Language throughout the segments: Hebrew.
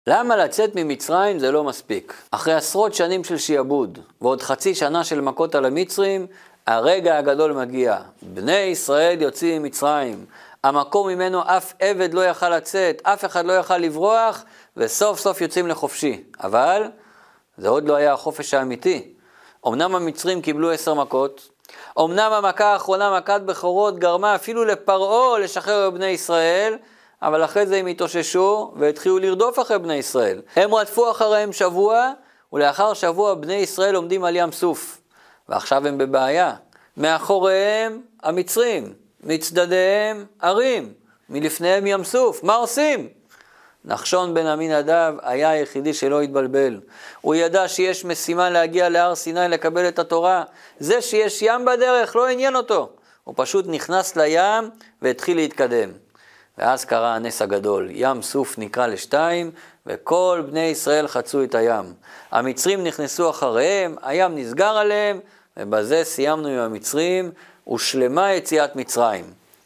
למה לצאת ממצרים זה לא מספיק? אחרי עשרות שנים של שיעבוד ועוד חצי שנה של מכות על המצרים, הרגע הגדול מגיע. בני ישראל יוצאים ממצרים. המקום ממנו אף עבד לא יכל לצאת, אף אחד לא יכל לברוח, וסוף סוף יוצאים לחופשי. אבל זה עוד לא היה החופש האמיתי. אמנם המצרים קיבלו 10 מכות, אמנם המכה האחרונה, מכת בכורות, גרמה אפילו לפרעה לשחרר בני ישראל, אבל אחרי זה הם התאוששו והתחילו לרדוף אחרי בני ישראל. הם רדפו אחריהם שבוע, ולאחר שבוע בני ישראל עומדים על ים סוף. ועכשיו הם בבעיה. מאחוריהם המצרים, מצדדיהם ערים, מלפניהם ים סוף. מה עושים? נחשון בן עמינדב היה היחידי שלא התבלבל. הוא ידע שיש משימה להגיע להר סיני לקבל את התורה. זה שיש ים בדרך לא עניין אותו. הוא פשוט נכנס לים והתחיל להתקדם. ואז קרה הנס הגדול. ים סוף נקרא לשתיים, וכל בני ישראל חצו את הים. המצרים נכנסו אחריהם, הים נסגר עליהם, ובזה סיימנו עם המצרים, ושלמה יציאת מצרים.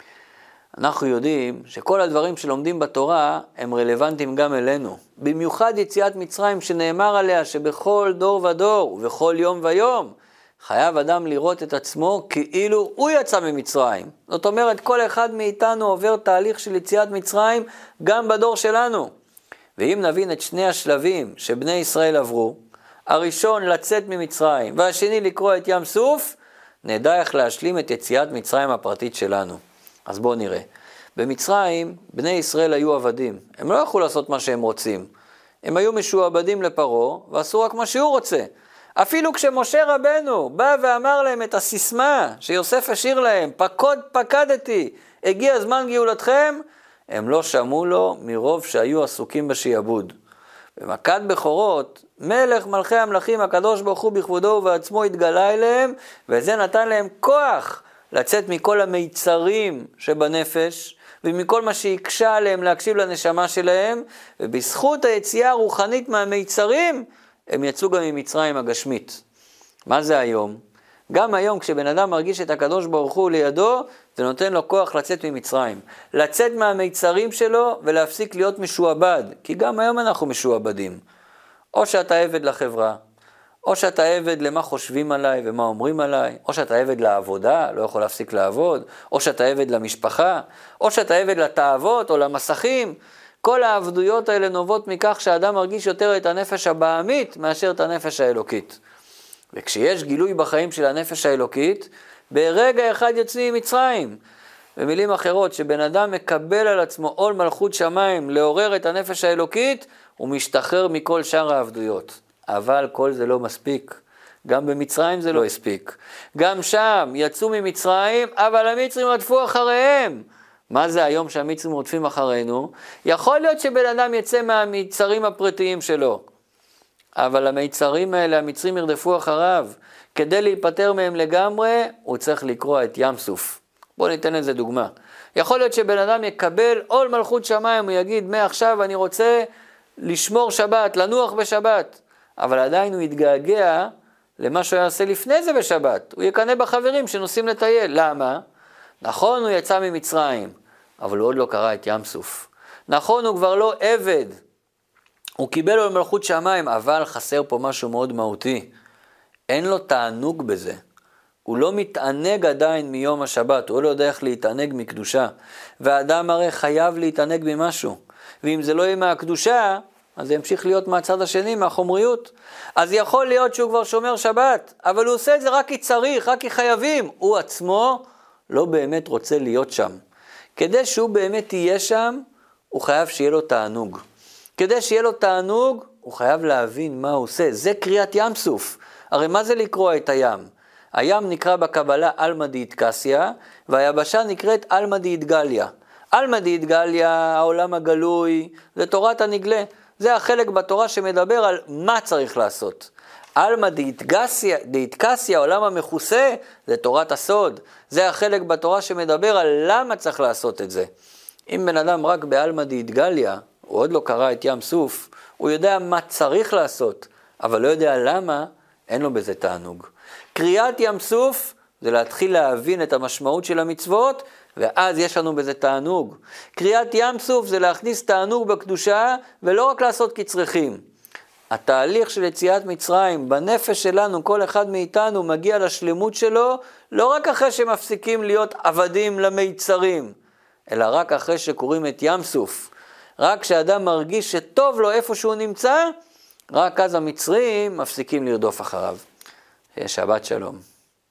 אנחנו יודעים שכל הדברים שלומדים בתורה הם רלוונטיים גם אלינו. במיוחד יציאת מצרים שנאמר עליה שבכל דור ודור ובכל יום ויום חייב אדם לראות את עצמו כאילו הוא יצא ממצרים. זאת אומרת, כל אחד מאיתנו עובר תהליך של יציאת מצרים גם בדור שלנו. ואם נבין את שני השלבים שבני ישראל עברו, הראשון לצאת ממצרים והשני לקרוא את ים סוף, נדע איך להשלים את יציאת מצרים הפרטית שלנו. אז בואו נראה. במצרים בני ישראל היו עבדים. הם לא יכלו לעשות מה שהם רוצים. הם היו משועבדים לפרעה ועשו רק מה שהוא רוצה. אפילו כשמשה רבנו בא ואמר להם את הסיסמה שיוסף השאיר להם, פקדתי, הגיע זמן גאולתכם, הם לא שמעו לו מרוב שהיו עסוקים בשיעבוד. במכת בכורות, מלך מלכי המלכים הקדוש ברוך הוא בכבודו ובעצמו התגלה אליהם, וזה נתן להם כוח לצאת מכל המיצרים שבנפש, ומכל מה שיקשה עליהם להקשיב לנשמה שלהם, ובזכות היציאה הרוחנית מהמיצרים, הם יצאו גם ממצרים הגשמית. מה זה היום? גם היום כשבן אדם מרגיש את הקדוש ברוך הוא לידו, זה נותן לו כוח לצאת ממצרים. לצאת מהמיצרים שלו ולהפסיק להיות משועבד. כי גם היום אנחנו משועבדים. או שאתה עבד לחברה, או שאתה עבד למה חושבים עליי ומה אומרים עליי, או שאתה עבד לעבודה, לא יכול להפסיק לעבוד, או שאתה עבד למשפחה, או שאתה עבד לתאוות או למסכים. כל העבדויות האלה נובעות מכך שהאדם מרגיש יותר את הנפש הבעמית מאשר את הנפש האלוקית. וכשיש גילוי בחיים של הנפש האלוקית, ברגע אחד יוצאים ממצרים. במילים אחרות, שבן אדם מקבל על עצמו עול מלכות שמיים לעורר את הנפש האלוקית, הוא משתחרר מכל שאר העבדויות. אבל כל זה לא מספיק. גם במצרים זה לא הספיק. גם שם יצאו ממצרים, אבל המצרים רדפו אחריהם. מה זה היום שהמצרים רודפים אחרינו? יכול להיות שבן אדם יצא מהמצרים הפרטיים שלו. אבל המיצרים האלה, המצרים ירדפו אחריו. כדי להיפטר מהם לגמרי, הוא צריך לקרוא את ים סוף. בואו ניתן לזה דוגמה. יכול להיות שבן אדם יקבל עול מלכות שמיים, הוא יגיד, מעכשיו אני רוצה לשמור שבת, לנוח בשבת. אבל עדיין הוא יתגעגע למה שהוא יעשה לפני זה בשבת. הוא יקנה בחברים שנוסעים לטייל. למה? נכון, הוא יצא ממצרים, אבל הוא עוד לא קרא את ים סוף. נכון, הוא כבר לא עבד. הוא קיבל עול מלכות שמיים, אבל חסר פה משהו מאוד מהותי. אין לו תענוג בזה. הוא לא מתענג עדיין מיום השבת, הוא לא יודע איך להתענג מקדושה. והאדם הרי חייב להתענג ממשהו. ואם זה לא יהיה מהקדושה, אז זה ימשיך להיות מהצד השני, מהחומריות. אז יכול להיות שהוא כבר שומר שבת, אבל הוא עושה את זה רק כי צריך, רק כי חייבים. הוא עצמו לא באמת רוצה להיות שם. כדי שהוא באמת יהיה שם, הוא חייב שיהיה לו תענוג. כדי שיהיה לו תענוג, הוא חייב להבין מה הוא עושה. זה קריאת ים סוף. הרי מה זה לקרוא את הים? הים נקרא בקבלה אלמא דאיטקסיה, והיבשה נקראת אלמא דאיטגליה. אלמא דאיטגליה, העולם הגלוי, זה תורת הנגלה. זה החלק בתורה שמדבר על מה צריך לעשות. אלמא דאיטקסיה, העולם המכוסה, זה תורת הסוד. זה החלק בתורה שמדבר על למה צריך לעשות את זה. אם בן אדם רק באלמא דאיטגליה, הוא עוד לא קרא את ים סוף, הוא יודע מה צריך לעשות, אבל לא יודע למה, אין לו בזה תענוג. קריאת ים סוף זה להתחיל להבין את המשמעות של המצוות, ואז יש לנו בזה תענוג. קריאת ים סוף זה להכניס תענוג בקדושה, ולא רק לעשות קצרכים. התהליך של יציאת מצרים, בנפש שלנו, כל אחד מאיתנו מגיע לשלמות שלו, לא רק אחרי שמפסיקים להיות עבדים למיצרים, אלא רק אחרי שקוראים את ים סוף. רק כשאדם מרגיש שטוב לו איפה שהוא נמצא, רק אז המצרים מפסיקים לרדוף אחריו. שבת שלום.